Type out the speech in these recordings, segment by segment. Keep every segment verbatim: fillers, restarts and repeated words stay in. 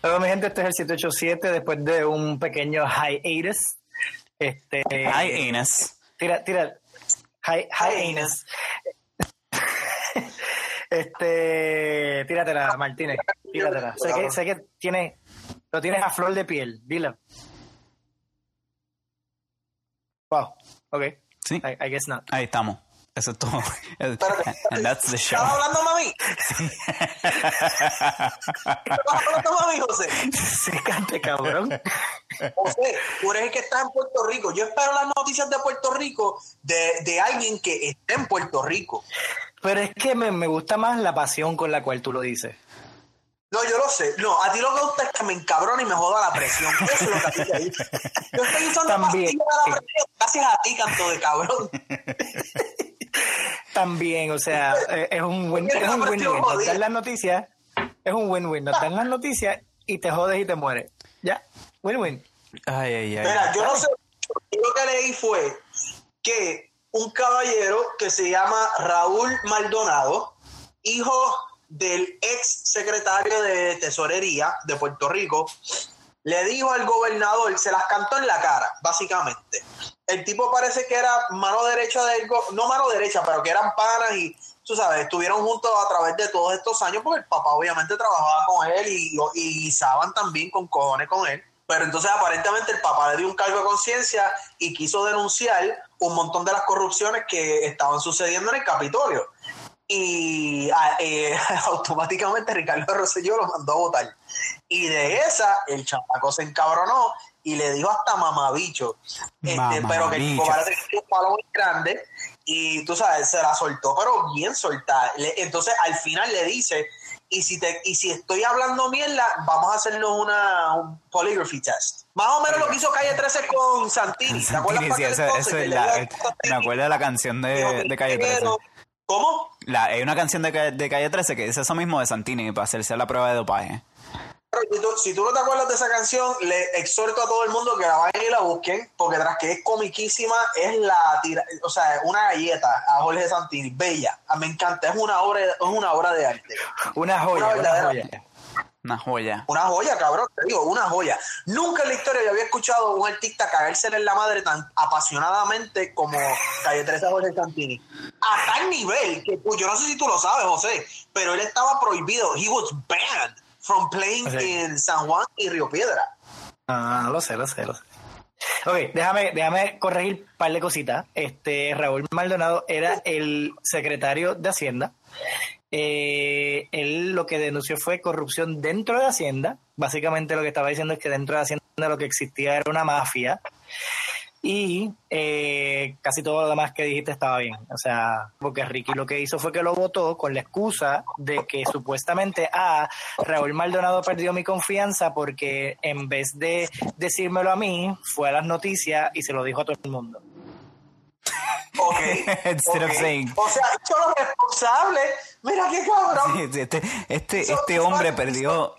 Luego, mi gente, este es el siete ocho siete después de un pequeño hiatus. Este, hiatus. Tira, tira. Hi, hiatus. Este, tíratela, Martínez. Tíratela. Sé que, sé que tiene, lo tienes a flor de piel. Dila. Wow. Ok. Sí. I, I guess not. Ahí estamos. Eso es todo. And that's the show. ¿Estás hablando, mami? ¿Estás hablando, mami, José? Sí, cante, cabrón. José, tú eres el que está en Puerto Rico. Yo espero las noticias de Puerto Rico de, de alguien que esté en Puerto Rico. Pero es que me, me gusta más la pasión con la cual tú lo dices. No, yo lo sé. No, a ti lo que gusta es que me encabrone y me joda la presión. Eso es lo que a ti te dice. Yo estoy usando pastillas de la presión gracias a ti, canto de cabrón. También, o sea, es un buen es un win-win. Nos dan las noticias, es un win-win. Nos dan las noticias y te jodes y te mueres. Ya, win-win. Ay, ay, ay. Mira, yo no sé. Yo lo que leí fue que un caballero que se llama Raúl Maldonado, hijo del ex secretario de Tesorería de Puerto Rico, le dijo al gobernador, se las cantó en la cara, básicamente. El tipo parece que era mano derecha del go- no mano derecha, pero que eran panas y, tú sabes, estuvieron juntos a través de todos estos años porque el papá obviamente trabajaba con él y, y guisaban también con cojones con él. Pero entonces aparentemente el papá le dio un cargo de conciencia y quiso denunciar un montón de las corrupciones que estaban sucediendo en el Capitolio. Y eh, automáticamente Ricardo Rosselló lo mandó a votar. Y de esa, el chamaco se encabronó y le dijo hasta mamabicho. Este, Mamabicho. Pero que el tipo parece que tiene un palo muy grande y tú sabes, se la soltó, pero bien soltada. Le, entonces al final le dice, y si te y si estoy hablando mierda, vamos a hacernos una, un polygraphy test. Más o menos lo que hizo Calle trece con Santini. ¿Te acuerdas? Sí, sí, eso, eso es la, es, me acuerdo de la canción de, de Calle trece. ¿Cómo? La, hay una canción de, de Calle trece que dice eso mismo de Santini para hacerse la prueba de dopaje. Si tú, si tú no te acuerdas de esa canción, le exhorto a todo el mundo que la vayan y la busquen, porque tras que es comiquísima, es la tira, o sea, una galleta a Jorge Santini, bella, me encanta, es una obra, es una obra de arte. Una joya, una, una joya. Una joya. Una joya, cabrón, te digo, una joya. Nunca en la historia yo había escuchado a un artista cagársele en la madre tan apasionadamente como Calle trece a Jorge Santini. A tal nivel que, pues, yo no sé si tú lo sabes, José, pero él estaba prohibido, he was banned from playing okay. in San Juan y Río Piedra. Ah, lo sé, lo sé, lo sé. Ok, déjame, déjame corregir un par de cositas. Este, Raúl Maldonado era el secretario de Hacienda. Eh, él lo que denunció fue corrupción dentro de Hacienda. Básicamente lo que estaba diciendo es que dentro de Hacienda lo que existía era una mafia. Y eh, casi todo lo demás que dijiste estaba bien. O sea, porque Ricky lo que hizo fue que lo votó con la excusa de que supuestamente, ah, Raúl Maldonado perdió mi confianza porque en vez de decírmelo a mí, fue a las noticias y se lo dijo a todo el mundo. Ok. Instead okay. of saying. O sea, yo lo responsable. Mira qué cabrón. Sí, este este, este hombre perdió.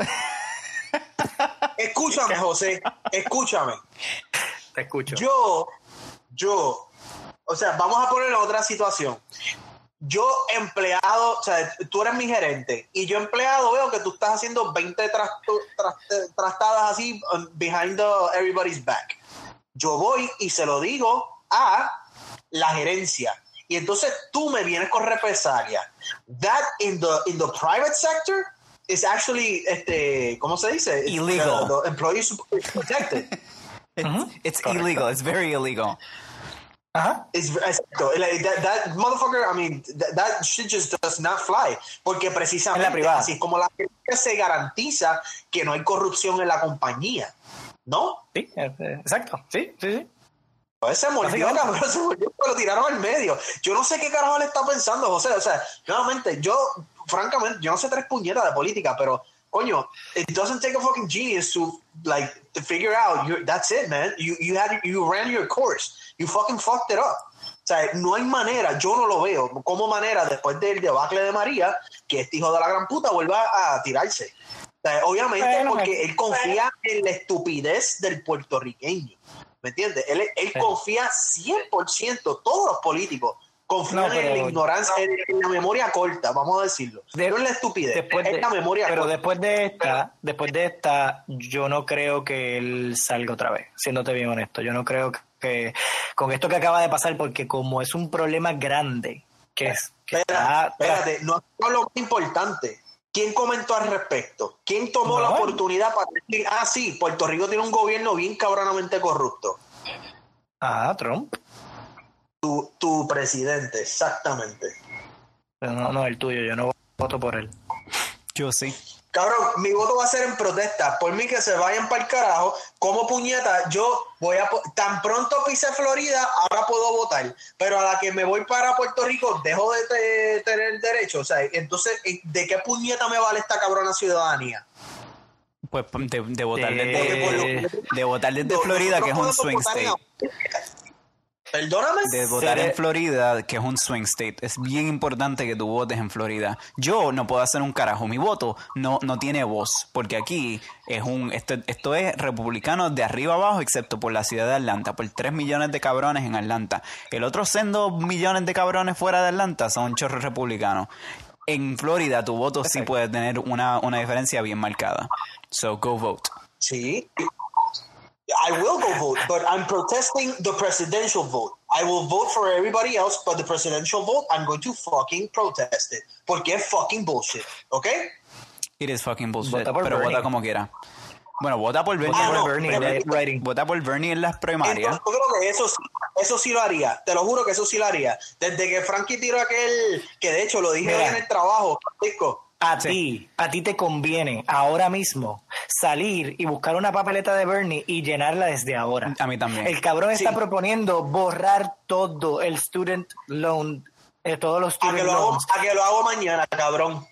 Escúchame, José. Escúchame. Te escucho. Yo, yo, o sea, vamos a poner otra situación. Yo, empleado, o sea, tú eres mi gerente y yo, empleado, veo que tú estás haciendo veinte trasto, tras, trastadas así behind the, everybody's back. Yo voy y se lo digo a la gerencia y entonces tú me vienes con represalia. That in the, in the private sector is actually, este, ¿cómo se dice? Illegal. Uh, the employees protected. It's, uh-huh. it's illegal. It's very illegal. Uh-huh. It's, it's like, that, that motherfucker, I mean, that, that shit just does not fly. Porque precisamente así es como la gente se garantiza que no hay corrupción en la compañía, ¿no? Sí, exacto. Sí, sí, sí. Pues se mordió, cabrón, se mordió, pero lo tiraron al medio. Yo no sé qué carajo le está pensando, José. O sea, nuevamente, yo, francamente, yo no sé tres puñetas de política, pero coño, it doesn't take a fucking genius to like to figure out. You, that's it, man. You you had you ran your course. You fucking fucked it up. O sea, no hay manera, yo no lo veo como manera después del debacle de María que este hijo de la gran puta vuelva a tirarse. O sea, obviamente bueno, porque él confía bueno. en la estupidez del puertorriqueño. ¿Me entiendes? Él, él sí. confía cien por ciento, todos los políticos Confían No, pero- en la ignorancia, en, en la memoria corta, vamos a decirlo. De- no es la estupidez, Después es de- la memoria pero corta. después de esta, después de esta, yo no creo que él salga otra vez, siéndote bien honesto. Yo no creo que con esto que acaba de pasar, porque como es un problema grande, que es que Espera, está- espérate, no es lo más importante. ¿Quién comentó al respecto? ¿Quién tomó No. la oportunidad para decir, ah, sí, Puerto Rico tiene un gobierno bien cabronamente corrupto? Ah, Trump. Tu, tu presidente, exactamente. Pero no, no, el tuyo, yo no voto por él. Yo sí. Cabrón, mi voto va a ser en protesta. Por mí que se vayan para el carajo. Como puñeta, yo voy a... po- Tan pronto pise Florida, ahora puedo votar. Pero a la que me voy para Puerto Rico, dejo de te- tener derecho. O sea, entonces, ¿de qué puñeta me vale esta cabrona ciudadanía? Pues de, de votar De- desde, Porque por lo- de votar desde No, Florida, que es un nosotros swing podemos votar en state. la- Perdóname. De votar Seré- en Florida, que es un swing state. Es bien importante que tú votes en Florida. Yo no puedo hacer un carajo. Mi voto no, no tiene voz. Porque aquí es un esto, esto es republicano de arriba abajo, excepto por la ciudad de Atlanta. Por tres millones de cabrones en Atlanta. El otro sendo millones de cabrones fuera de Atlanta son chorros republicanos. En Florida tu voto sí puede tener una, una diferencia bien marcada. So go vote. Sí. I will go vote, but I'm protesting the presidential vote. I will vote for everybody else, but the presidential vote, I'm going to fucking protest it. Porque es fucking bullshit, ¿ok? It is fucking bullshit. Vota por Pero Bernie. vota como quiera. Bueno, vota por Bernie. Ah, Vota no, por Bernie, pero- right- writing. Vota por Bernie en las primarias. Entonces, yo creo que eso sí, eso sí lo haría. Te lo juro que eso sí lo haría. Desde que Frankie tiró aquel, que de hecho lo dije Mira. hoy en el trabajo, Francisco. A Sí. ti, a ti te conviene ahora mismo salir y buscar una papeleta de Bernie y llenarla desde ahora. A mí también. El cabrón está Sí. proponiendo borrar todo el student loan, eh, todos los A que, student lo hago, loans. a que lo hago mañana, cabrón.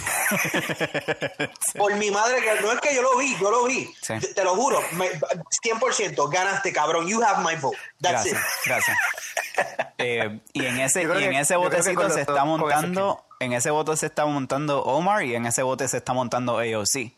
Por mi madre, que no es que yo lo vi, yo lo vi. Sí. Te, te lo juro, me, cien por ciento, ganaste, cabrón. You have my vote. That's Gracias, it. gracias. Eh, y en ese, Yo creo y en que- ese yo creo que botecito con se los está dos- con montando, en ese bote se está montando Omar y en ese bote se está montando A O C.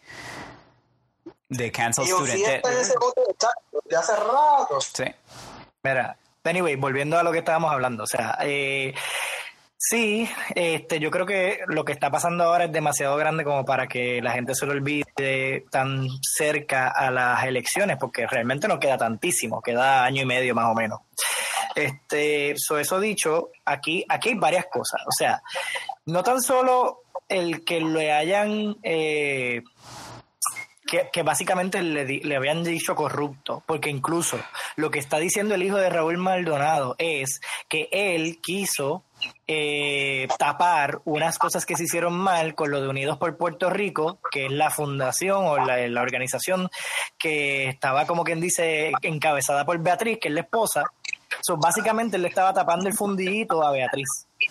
De Cancel Y yo sí Student está en Debt. ese bote de chat de hace rato. Sí. Mira, anyway, volviendo a lo que estábamos hablando, o sea, eh, sí, este, yo creo que lo que está pasando ahora es demasiado grande como para que la gente se lo olvide tan cerca a las elecciones, porque realmente no queda tantísimo, queda año y medio más o menos. Este, so eso dicho, aquí, aquí hay varias cosas, o sea, no tan solo el que le hayan eh, que, que básicamente le, di- le habían dicho corrupto, porque incluso lo que está diciendo el hijo de Raúl Maldonado es que él quiso eh, tapar unas cosas que se hicieron mal con lo de Unidos por Puerto Rico, que es la fundación o la, la organización que estaba, como quien dice, encabezada por Beatriz, que es la esposa. So, básicamente él le estaba tapando el fundillito a Beatriz.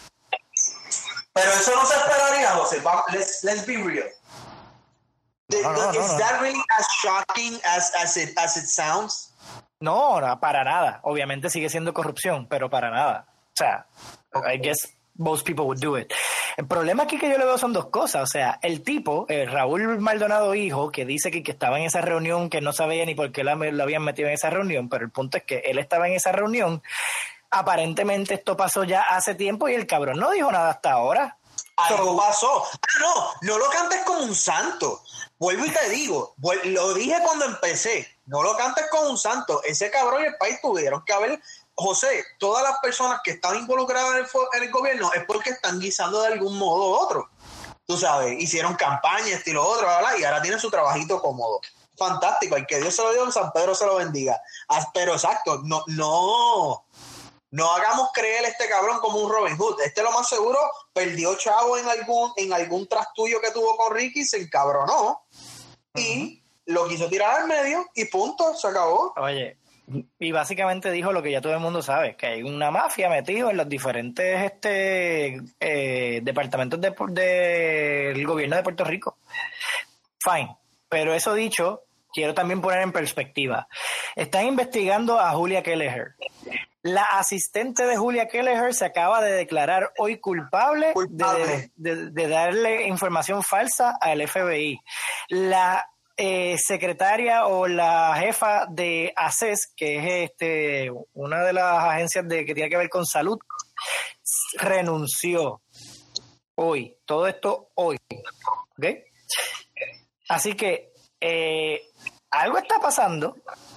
Pero eso no se esperaría, José. Va- Let's, let's be real. The- No, no, the- no, is no. that really as shocking as, as, it, as it sounds? No, no, para nada. Obviamente sigue siendo corrupción, pero para nada. O sea, I guess most people would do it. El problema aquí que yo le veo son dos cosas. O sea, el tipo, eh, Raúl Maldonado hijo, que dice que, que estaba en esa reunión, que no sabía ni por qué la- lo habían metido en esa reunión, pero el punto es que él estaba en esa reunión. Aparentemente esto pasó ya hace tiempo y el cabrón no dijo nada hasta ahora. Algo pasó. Ah, no, no lo cantes como un santo. Vuelvo y te digo, vuel- lo dije cuando empecé, no lo cantes como un santo. Ese cabrón y el país tuvieron que haber, José, todas las personas que están involucradas en el, fo- en el gobierno es porque están guisando de algún modo u otro. Tú sabes, hicieron campaña, estilo otro, bla, bla, y ahora tienen su trabajito cómodo. Fantástico, y que Dios se lo dio, San Pedro se lo bendiga. Ah, pero exacto, no, no. No hagamos creer a este cabrón como un Robin Hood. Este lo más seguro perdió chavo en algún, en algún trastuyo que tuvo con Ricky, se encabronó y lo quiso tirar al medio y punto, se acabó. Oye, y básicamente dijo lo que ya todo el mundo sabe, que hay una mafia metida en los diferentes este eh, departamentos de- del gobierno de Puerto Rico. Fine, pero eso dicho, quiero también poner en perspectiva. Están investigando a Julia Kelleher. La asistente de Julia Kelleher se acaba de declarar hoy culpable, Culpable. De, de- de darle información falsa al F B I. La eh, secretaria o la jefa de A C E S, que es este una de las agencias de, que tiene que ver con salud, renunció hoy. Todo esto hoy. ¿Ok? Así que eh, algo está pasando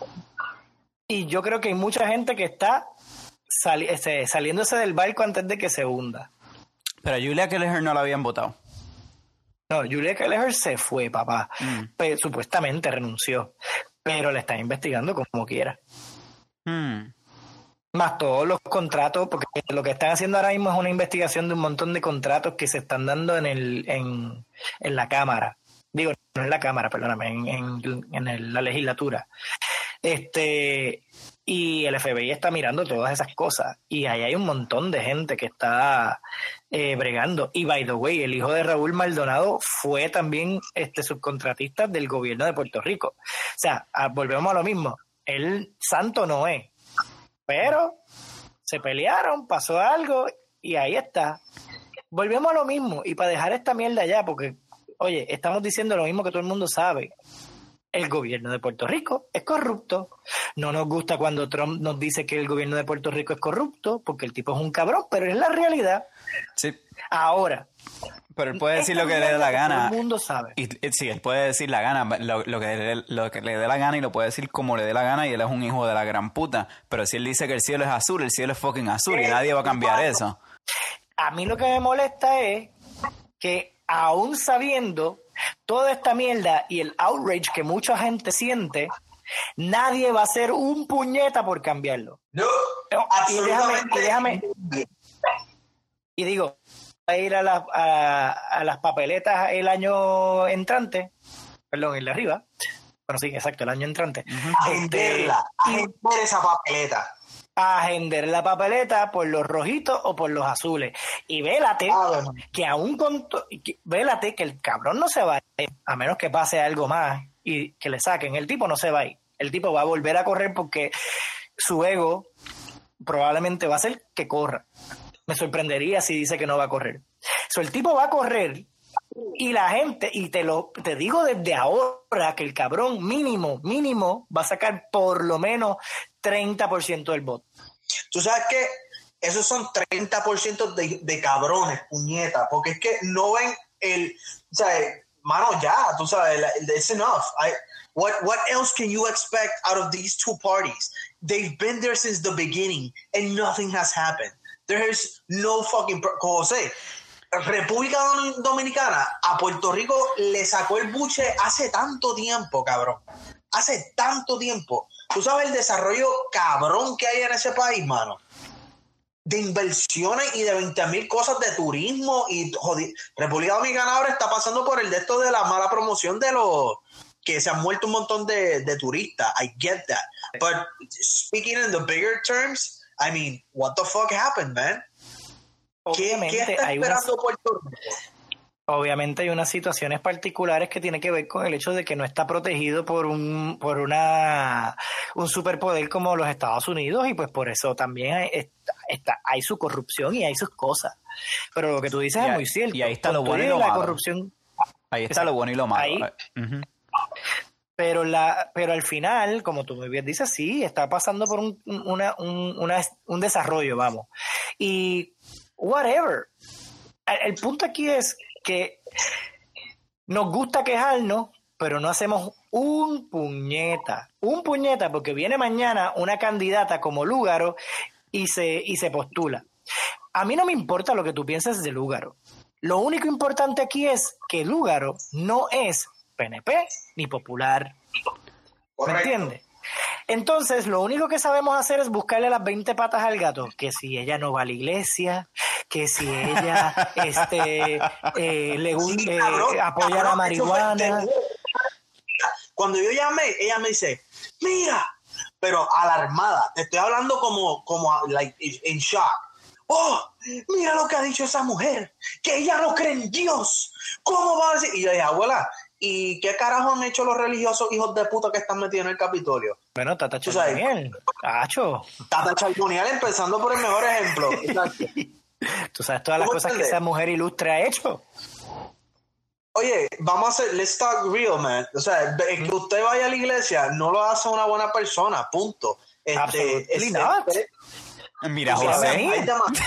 y yo creo que hay mucha gente que está sali- ese, saliéndose del barco antes de que se hunda. Pero a Julia Kelleher no la habían votado. No, Julia Kelleher se fue, papá. Mm. Pero, supuestamente renunció, pero la están investigando como quiera. Hmm. Más todos los contratos, porque lo que están haciendo ahora mismo es una investigación de un montón de contratos que se están dando en el en, en la Cámara. Digo, no en la Cámara, perdóname, en, en, en el- la legislatura. Este, y el F B I está mirando todas esas cosas. Y ahí hay un montón de gente que está eh, bregando. Y by the way, el hijo de Raúl Maldonado fue también este subcontratista del gobierno de Puerto Rico. O sea, a- volvemos a lo mismo. Él santo no es. Pero se pelearon, pasó algo y ahí está. Volvemos a lo mismo. Y para dejar esta mierda ya, porque, oye, estamos diciendo lo mismo que todo el mundo sabe. El gobierno de Puerto Rico es corrupto. No nos gusta cuando Trump nos dice que el gobierno de Puerto Rico es corrupto, porque el tipo es un cabrón, pero es la realidad. Sí, Ahora, pero él puede decir esta lo que le dé mierda la que gana. todo el mundo sabe. Y, y sí, él puede decir la gana, lo, lo, que le, lo que le dé la gana y lo puede decir como le dé la gana y él es un hijo de la gran puta. Pero si él dice que el cielo es azul, el cielo es fucking azul y nadie va a cambiar eso. A mí lo que me molesta es que aún sabiendo toda esta mierda y el outrage que mucha gente siente, nadie va a hacer un puñeta por cambiarlo. No, Y déjame, absolutamente. y déjame, y digo, a ir a, la- a, a las papeletas el año entrante, perdón, el de arriba, bueno, sí, exacto, el año entrante, Agenderla, y agender esa papeleta. a agender la papeleta por los rojitos o por los azules. Y vélate Ah, bueno. que aún con to- que- vélate que el cabrón no se va a ir, a menos que pase algo más y que le saquen. El tipo no se va a ir. El tipo va a volver a correr porque su ego probablemente va a ser que corra. Me sorprendería si dice que no va a correr. So, el tipo va a correr y la gente, y te lo te digo desde ahora que el cabrón mínimo, mínimo va a sacar por lo menos treinta por ciento del voto. Tú sabes que esos son treinta por ciento de, de cabrones, puñeta, porque es que no ven el, o sea, mano, ya, tú sabes, la- it's enough. I, what, what else can you expect out of these two parties? They've been there since the beginning and nothing has happened. There's no fucking, pro- José, República Dom- Dominicana a Puerto Rico le sacó el buche hace tanto tiempo, cabrón. Hace tanto tiempo. Tú sabes el desarrollo cabrón que hay en ese país, mano. De inversiones y de veinte mil cosas de turismo y jodi- República Dominicana ahora está pasando por el de esto de la mala promoción de los que se han muerto un montón de, de turistas. I get that. But speaking in the bigger terms, I mean, what the fuck happened, man? ¿Qué, qué Obviamente está hay unas, esperando Puerto Rico? obviamente hay unas situaciones particulares que tienen que ver con el hecho de que no está protegido por un por una un superpoder como los Estados Unidos y pues por eso también hay, está, está- hay su corrupción y hay sus cosas. Pero lo que tú dices Y es ahí- muy cierto. y ahí está Con lo bueno y todo lo la malo. corrupción. Ahí está Exacto. lo bueno y lo malo. Ahí- Ujú. Pero la, pero al final, como tú muy bien dices, sí, está pasando por un, una, un, una- un desarrollo, vamos. Y whatever. El, el punto aquí es que nos gusta quejarnos, pero no hacemos un puñeta. Un puñeta, porque viene mañana una candidata como Lúgaro y se, y se postula. A mí no me importa lo que tú pienses de Lúgaro. Lo único importante aquí es que Lúgaro no es P N P ni popular. ¿Me Correcto. entiendes? Entonces, lo único que sabemos hacer es buscarle las veinte patas al gato. Que si ella no va a la iglesia, que si ella este, eh, le gu- Sí, eh, cabrón, apoya cabrón, la eso fue- marihuana. Cuando yo llamé, ella me dice, mira, pero alarmada, te estoy hablando como, como like, in shock. Oh, mira lo que ha dicho esa mujer, que ella no cree en Dios. ¿Cómo va a decir? Y yo dije, abuela, ¿y qué carajo han hecho los religiosos hijos de puta que están metidos en el Capitolio? Bueno, Tata Tú sabes. Charboniel, cacho. Tata Charboniel empezando por el mejor ejemplo. Tú sabes todas las ¿Cómo cosas que entiendes? esa mujer ilustre ha hecho. Oye, vamos a hacer, let's talk real, man. O sea, que usted vaya a la iglesia no lo hace una buena persona, punto. Este, Absolutely este, not. este, Mira, Tú sabes, José. hay demás-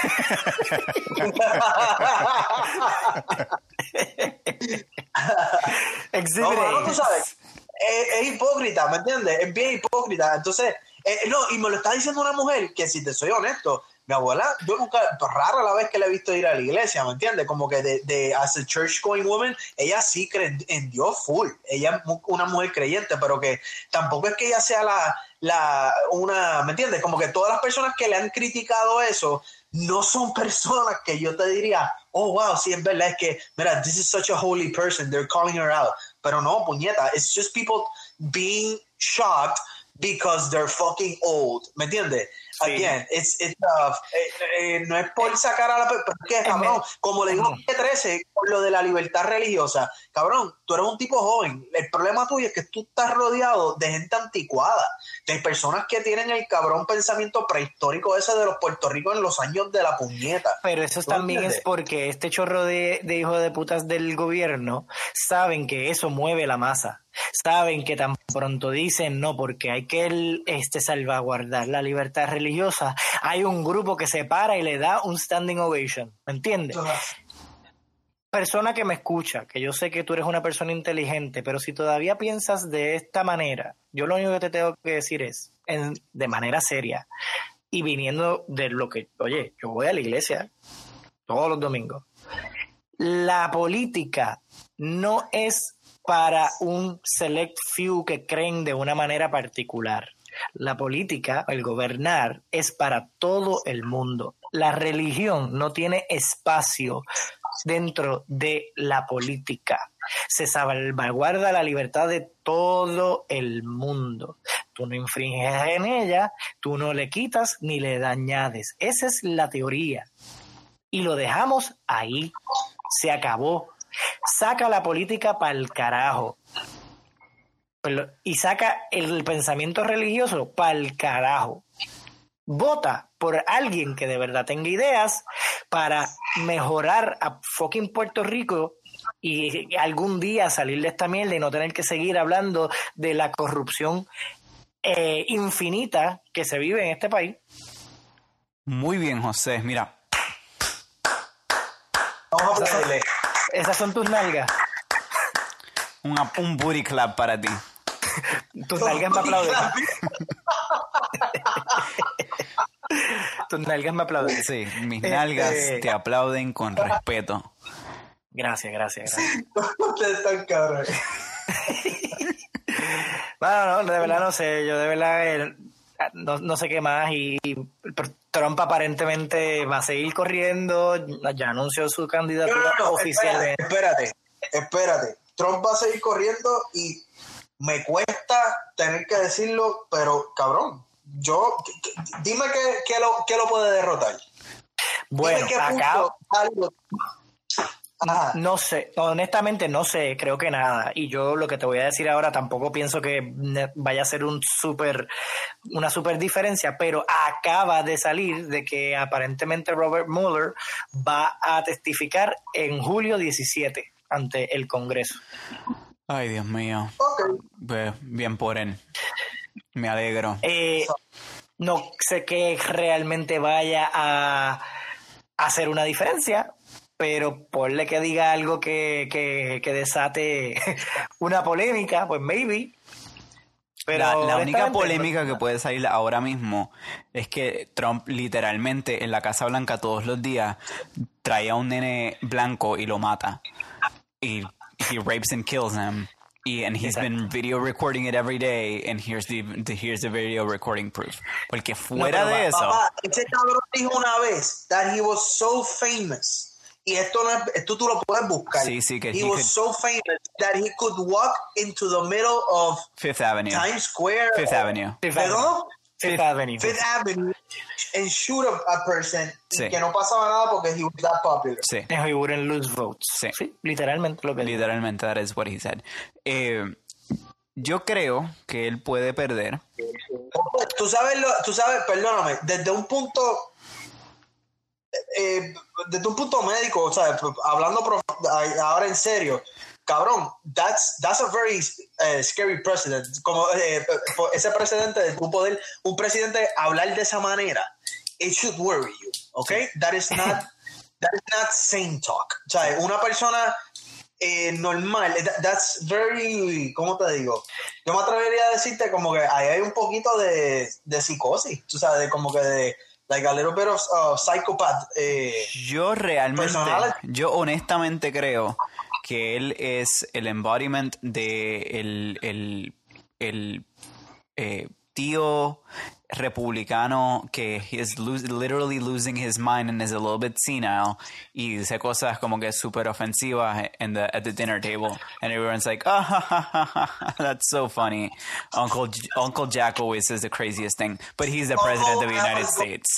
Exhibit No, mano, A. tú sabes, es, es hipócrita, ¿me entiendes? Es bien hipócrita. Entonces, eh, no, y me lo está diciendo una mujer que, si te soy honesto, mi abuela, yo nunca, pues, rara la vez que la he visto ir a la iglesia, ¿me entiendes? Como que de, de as a church going woman, ella sí cree en Dios full. Ella es una mujer creyente, pero que tampoco es que ella sea la, la, una, ¿me entiendes? Como que todas las personas que le han criticado eso no son personas que yo te diría, oh, wow, sí, es verdad, es que, mira, this is such a holy person, they're calling her out. Pero no, puñeta, it's just people being shocked because they're fucking old, ¿me entiendes? Sí. Again, it's, it's, uh, eh, eh, no es por sacar a la... Pero es que, cabrón, como le dijo G trece, por lo de la libertad religiosa, cabrón, tú eres un tipo joven, el problema tuyo es que tú estás rodeado de gente anticuada, de personas que tienen el cabrón pensamiento prehistórico ese de los Puerto Rico en los años de la puñeta. Pero eso ¿Tú también entiendes? es porque este chorro de, de hijos de putas del gobierno saben que eso mueve la masa. Saben que tan pronto dicen no, porque hay que el, este, salvaguardar la libertad religiosa, hay un grupo que se para y le da un standing ovation, ¿me entiendes? Persona que me escucha, que yo sé que tú eres una persona inteligente, pero si todavía piensas de esta manera, yo lo único que te tengo que decir es, en, de manera seria, y viniendo de lo que, oye, yo voy a la iglesia todos los domingos, la política no es para un select few que creen de una manera particular. La política, el gobernar, es para todo el mundo. La religión no tiene espacio dentro de la política. Se salvaguarda la libertad de todo el mundo. Tú no infringes en ella, tú no le quitas ni le añades. Esa es la teoría. Y lo dejamos ahí. Se acabó. Saca la política para el carajo. Y saca el pensamiento religioso para el carajo. Vota por alguien que de verdad tenga ideas para mejorar a fucking Puerto Rico y algún día salir de esta mierda y no tener que seguir hablando de la corrupción eh, infinita que se vive en este país. Muy bien, José. Mira. Vamos a aplaudirle. Esas son tus nalgas. Una, un booty clap para ti. Tus nalgas me aplauden. Tus nalgas me aplauden. Sí, mis nalgas Este- te aplauden con respeto. Gracias, gracias, gracias. Ustedes están cabrones. No, no, de verdad no sé. Yo de verdad eh, no, no sé qué más. Y Trump aparentemente va a seguir corriendo. Ya anunció su No, candidatura no, no, oficialmente. espérate, espérate, espérate. Trump va a seguir corriendo y me cuesta tener que decirlo, pero cabrón, yo, dime qué, qué lo, qué lo puede derrotar. Bueno, Dime qué acá punto algo- Ajá. no sé, honestamente no sé, creo que nada. Y yo lo que te voy a decir ahora tampoco pienso que ne- vaya a ser un super, una super diferencia, pero acaba de salir de que aparentemente Robert Mueller va a testificar en julio diecisiete ante el Congreso. Ay, Dios mío. Ok. Pues, bien por él. Me alegro. Eh, no sé que realmente vaya a hacer una diferencia, pero ponle que diga algo que, que, que desate una polémica, pues maybe. Pero la, la única honestamente, polémica no- que puede salir ahora mismo es que Trump literalmente en la Casa Blanca todos los días trae a un nene blanco y lo mata. Y he rapes and kills him. Y and he's Exacto. been video recording it every day and here's the, the here's the video recording proof. Porque fuera pero de va- eso, Papá, ese cabrón dijo una vez that he was so famous. Y esto no es, esto tú lo puedes buscar. Sí, sí, que he he was could- so famous that he could walk into the middle of Fifth Avenue. Times Square. Fifth Avenue. Fifth ¿De Avenue. dónde? Fifth Avenue. Fifth Avenue and shoot a, a person y Sí. que no pasaba nada porque he was that popular. Sí. He wouldn't lose votes. Sí. Sí, literalmente lo que dijo. Literalmente, that is what he said. Eh, yo creo que él puede perder. Tú sabes, lo, tú sabes, perdóname, desde un punto, eh, desde un punto médico, o sea, hablando prof- ahora en serio, cabrón, that's, that's a very uh, scary precedent. Como eh, ese precedente de tu poder, un presidente hablar de esa manera it should worry you, okay? That is not, that is not sane talk. O sea, una persona eh, normal, that, that's very, ¿cómo te digo? Yo me atrevería a decirte como que ahí hay un poquito de, de psicosis, o sea, de como que de, like a little bit of uh, psychopath. Eh, yo realmente, personality. yo honestamente creo que él es el embodiment de el, el, el eh, tío republicano que he is lo- literally losing his mind and is a little bit senile y dice cosas como que súper ofensivas in the, at the dinner table and everyone's like, ah, ha, ha, ha, ha, that's so funny. Uncle Uncle Jack always says the craziest thing, but he's the president of the United States.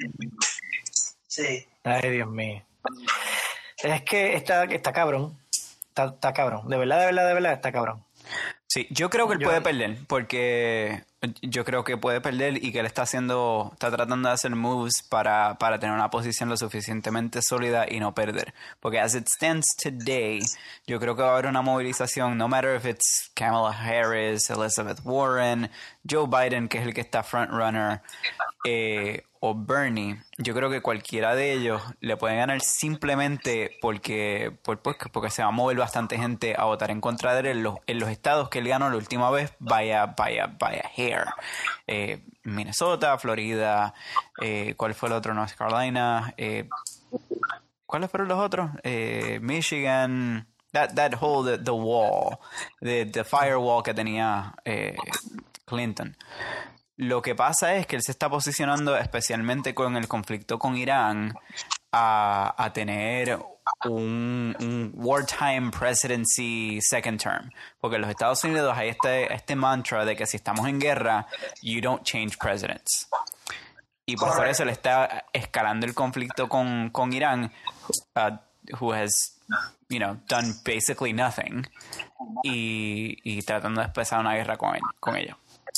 Sí. Ay, Dios mío. Es que está, está cabrón. Está, está cabrón. De verdad, de verdad, de verdad, está cabrón. Sí, yo creo que él Yo- puede perder, porque yo creo que puede perder y que él está haciendo, está tratando de hacer moves para, para tener una posición lo suficientemente sólida y no perder. Porque as it stands today, yo creo que va a haber una movilización, no matter if it's Kamala Harris, Elizabeth Warren, Joe Biden, que es el que está frontrunner, eh, o Bernie. Yo creo que cualquiera de ellos le puede ganar simplemente porque, por, pues, porque se va a mover bastante gente a votar en contra de él en los, en los estados que él ganó la última vez, vaya, vaya, vaya hair. Eh, Minnesota, Florida, eh, ¿cuál fue el otro? North Carolina, eh, ¿cuáles fueron los otros? Eh, Michigan, that, that whole, the, the wall, the, the firewall que tenía eh, Clinton. Lo que pasa es que él se está posicionando especialmente con el conflicto con Irán a, a tener un, un wartime presidency second term. Porque en los Estados Unidos hay este, este mantra de que si estamos en guerra, you don't change presidents. Y pues por eso le está escalando el conflicto con, con Irán, uh, who has, you know, done basically nothing, y, y tratando de empezar una guerra con, él, con ellos.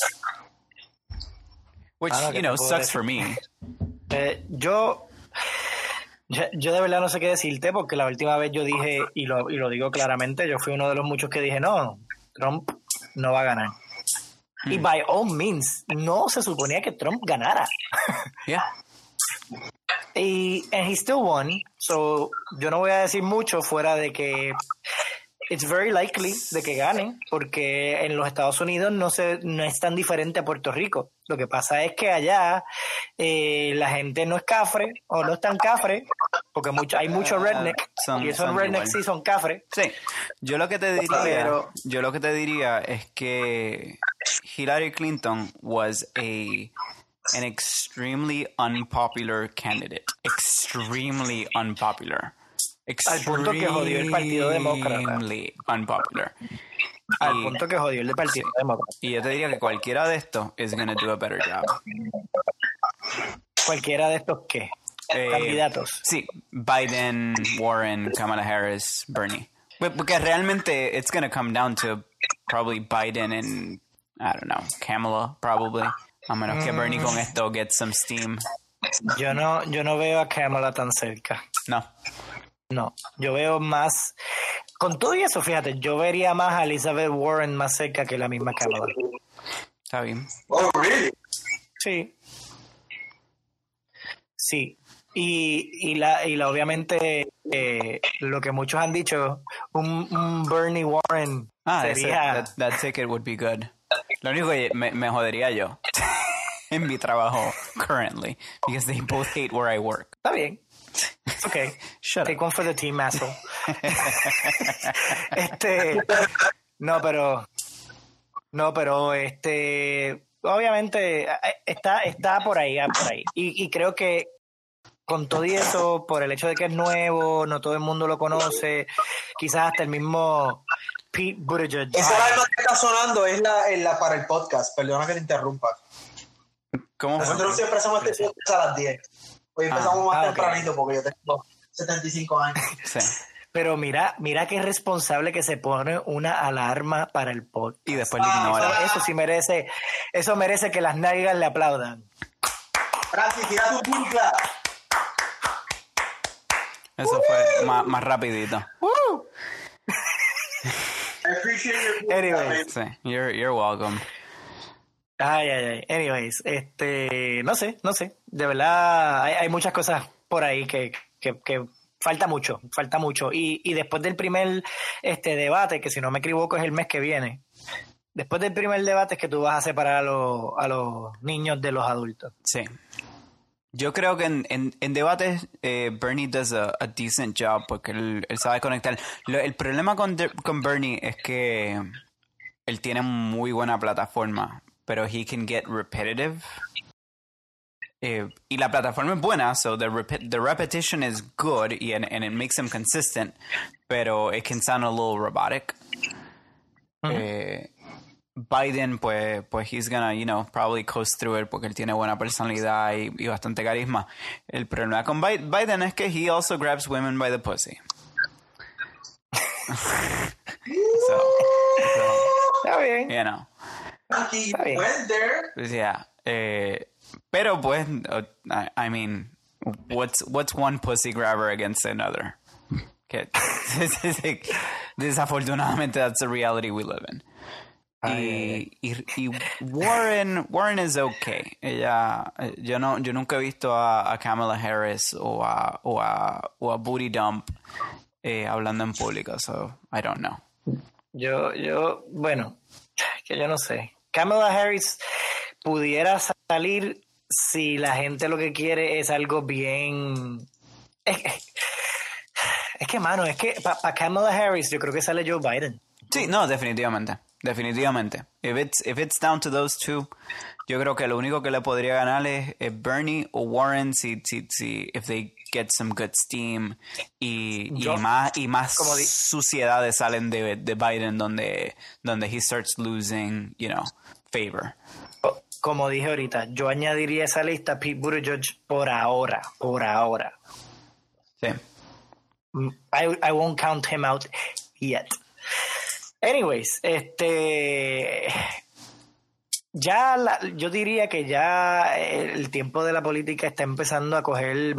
Which, Ah, no, que you know, te puedo sucks decir. for me. Eh, yo, yo, yo de verdad no sé qué decirte porque la última vez yo dije, y lo, y lo digo claramente, yo fui uno de los muchos que dije, no, Trump no va a ganar. Y by all means, no se suponía que Trump ganara. Yeah. Y and he still won, so yo no voy a decir mucho fuera de que it's very likely de que gane, porque en los Estados Unidos no se no es tan diferente a Puerto Rico. Lo que pasa es que allá eh, la gente no es cafre o no es tan cafre, porque mucho, hay mucho redneck Son- y esos son rednecks igual. sí son cafre. Sí. Yo lo que te diría, Pero- yo lo que te diría es que Hillary Clinton was a an extremely unpopular candidate. Extremely unpopular. Al punto que jodió el Partido Demócrata. Extremely unpopular. Al Y- punto que jodió el del Partido Demócrata. Y yo te diría que cualquiera de estos is gonna do a better job. Cualquiera de estos qué Eh, candidatos. Sí, Biden, Warren, Kamala Harris, Bernie. But- Porque realmente it's gonna come down to probably Biden and, I don't know, Kamala, probably. A menos que Bernie con esto get some steam. Yo no, yo no veo a Kamala tan cerca. No. No, yo veo más. Con todo y eso, fíjate, yo vería más a Elizabeth Warren más cerca que la misma Kamala. Está bien. Oh, really? Sí. Sí. Y, y, la, y la obviamente, eh, lo que muchos han dicho, un, un Bernie Warren Ah, ese- sería. that, that ticket would be good. Lo único que me, me jodería yo en mi trabajo currently, because they both hate where I work. Está bien. It's okay. Shut Take up. one for the team, asshole. este. No, pero. No, pero este. Obviamente eh, está, está por ahí, ah, por ahí. Y, y creo que con todo y eso, por el hecho de que es nuevo, no todo el mundo lo conoce, quizás hasta el mismo Pete Buttigieg. Esa alarma que está sonando es la, es la para el podcast. Perdona que te interrumpa. ¿Cómo fue? Nosotros siempre hacemos este podcast a las diez. Hoy empezamos más ah, ok. tempranito porque yo tengo setenta y cinco años. Sí. Pero mira, mira qué responsable que se pone una alarma para el podcast. Y después lo Eso, ignora. eso sí merece, eso merece que las nalgas le aplaudan. Francis, tira tu burla. Eso fue más, más rapidito. I appreciate your burla, Anyway. man. Sí. You're, you're welcome. Ay, ay, ay. Anyways, este, no sé, no sé. De verdad, hay, hay muchas cosas por ahí que, que, que falta mucho, falta mucho. Y, y después del primer este debate, que si no me equivoco es el mes que viene, después del primer debate es que tú vas a separar a los, a los niños de los adultos. Sí. Yo creo que en, en, en debates eh, Bernie does a, a decent job porque él, él sabe conectar. Lo, el problema con, de, con Bernie es que él tiene muy buena plataforma, pero he can get repetitive. Eh, y la plataforma es buena, so the, rep- the repetition is good y, and, and it makes him consistent, pero it can sound a little robotic. Uh-huh. Eh, Biden, pues, pues he's gonna, you know, probably coast through it porque él tiene buena personalidad y, y bastante carisma. El problema con Biden es que he also grabs women by the pussy. so, so, Está bien. You know. He went there. Pues, yeah. Eh, pero pues, uh, I, I mean, what's what's one pussy grabber against another? Que, desafortunadamente, that's the reality we live in. Y, y, y Warren Warren is okay. Ella, yo no yo nunca he visto a, a Kamala Harris o a o a, o a Booty Dump eh, hablando en público, so I don't know. Yo yo bueno, que yo no sé. Kamala Harris pudiera salir si la gente lo que quiere es algo bien. Es, es, es que mano, es que para pa Kamala Harris yo creo que sale Joe Biden. Sí, no, definitivamente. Definitivamente. If it's, if it's down to those two, yo creo que lo único que le podría ganar es, es Bernie o Warren si, si, si if they get some good steam y, y más, y más suciedades salen de, de Biden donde, donde he starts losing, you know, favor. Como dije ahorita, yo añadiría esa lista a Pete Buttigieg por ahora, por ahora. Sí. I, I won't count him out yet. Anyways, este ya la, yo diría que ya el tiempo de la política está empezando a coger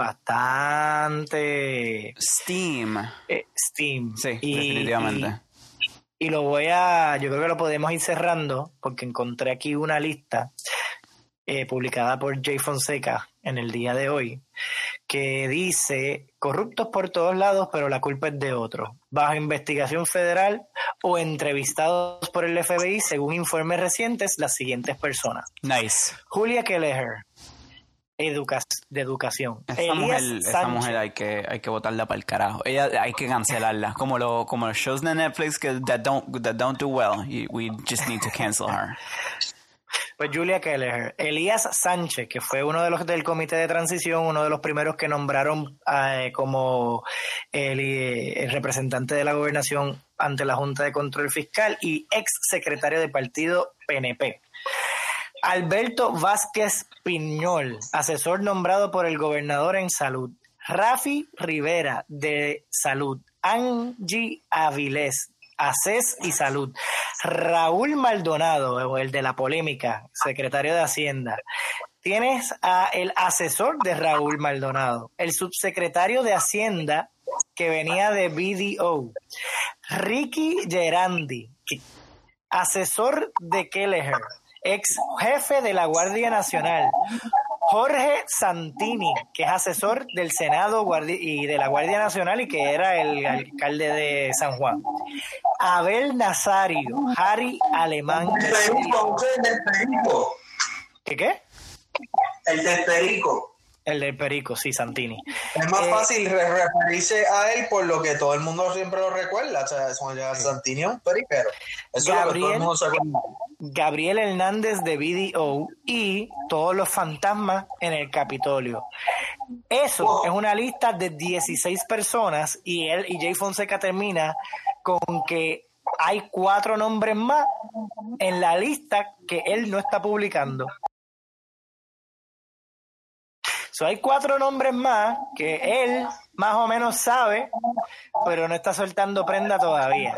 bastante steam. Eh, steam. Sí, y, definitivamente. Y, y lo voy a, yo creo que lo podemos ir cerrando porque encontré aquí una lista eh, publicada por Jay Fonseca en el día de hoy que dice corruptos por todos lados, pero la culpa es de otros. Bajo investigación federal o entrevistados por el F B I, según informes recientes, las siguientes personas. Nice. Julia Kelleher, educa de educación. Esa Elías mujer, Sánchez. Esa mujer hay que, hay que botarla para el carajo. Ella hay que cancelarla. Como, lo, como los shows de Netflix que that don't, that don't do well. We just need to cancel her. Pues Julia Kelleher, Elías Sánchez, que fue uno de los del comité de transición, uno de los primeros que nombraron eh, como el, el representante de la gobernación ante la Junta de Control Fiscal y ex secretario del partido P N P. Alberto Vázquez Piñol, asesor nombrado por el gobernador en salud. Rafi Rivera, de salud. Angie Avilés, ACES y salud. Raúl Maldonado, el de la polémica, secretario de Hacienda. Tienes a el asesor de Raúl Maldonado, el subsecretario de Hacienda que venía de B D O, Ricky Gerandi, asesor de Kelleher, ex jefe de la Guardia Nacional, Jorge Santini, que es asesor del Senado y de la Guardia Nacional y que era el alcalde de San Juan. Abel Nazario, Harry Alemán. El perico, el del perico. ¿Qué qué? El del perico. El del perico, sí, Santini. Es más eh, fácil referirse a él por lo que todo el mundo siempre lo recuerda. O sea, Santini es un periquero. Eso Gabriel, es lo que todo el mundo se acuerda. Gabriel Hernández de B D O y todos los fantasmas en el Capitolio. Eso oh. es una lista de dieciséis personas y él y Jay Fonseca termina con que hay cuatro nombres más en la lista que él no está publicando. So, hay cuatro nombres más que él más o menos sabe, pero no está soltando prenda todavía.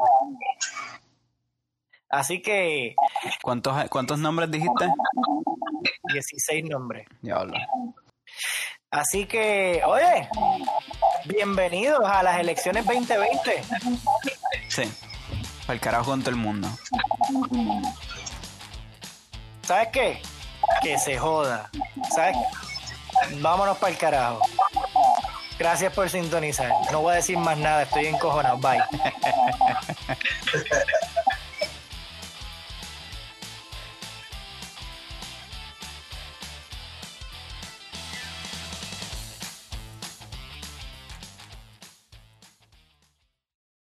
Así que... ¿Cuántos, cuántos nombres dijiste? dieciséis nombres. Diablo. Así que, oye, bienvenidos a las elecciones veinte veinte. Sí, para el carajo con todo el mundo. ¿Sabes qué? Que se joda. ¿Sabes? Vámonos para el carajo. Gracias por sintonizar. No voy a decir más nada, estoy encojonado. Bye.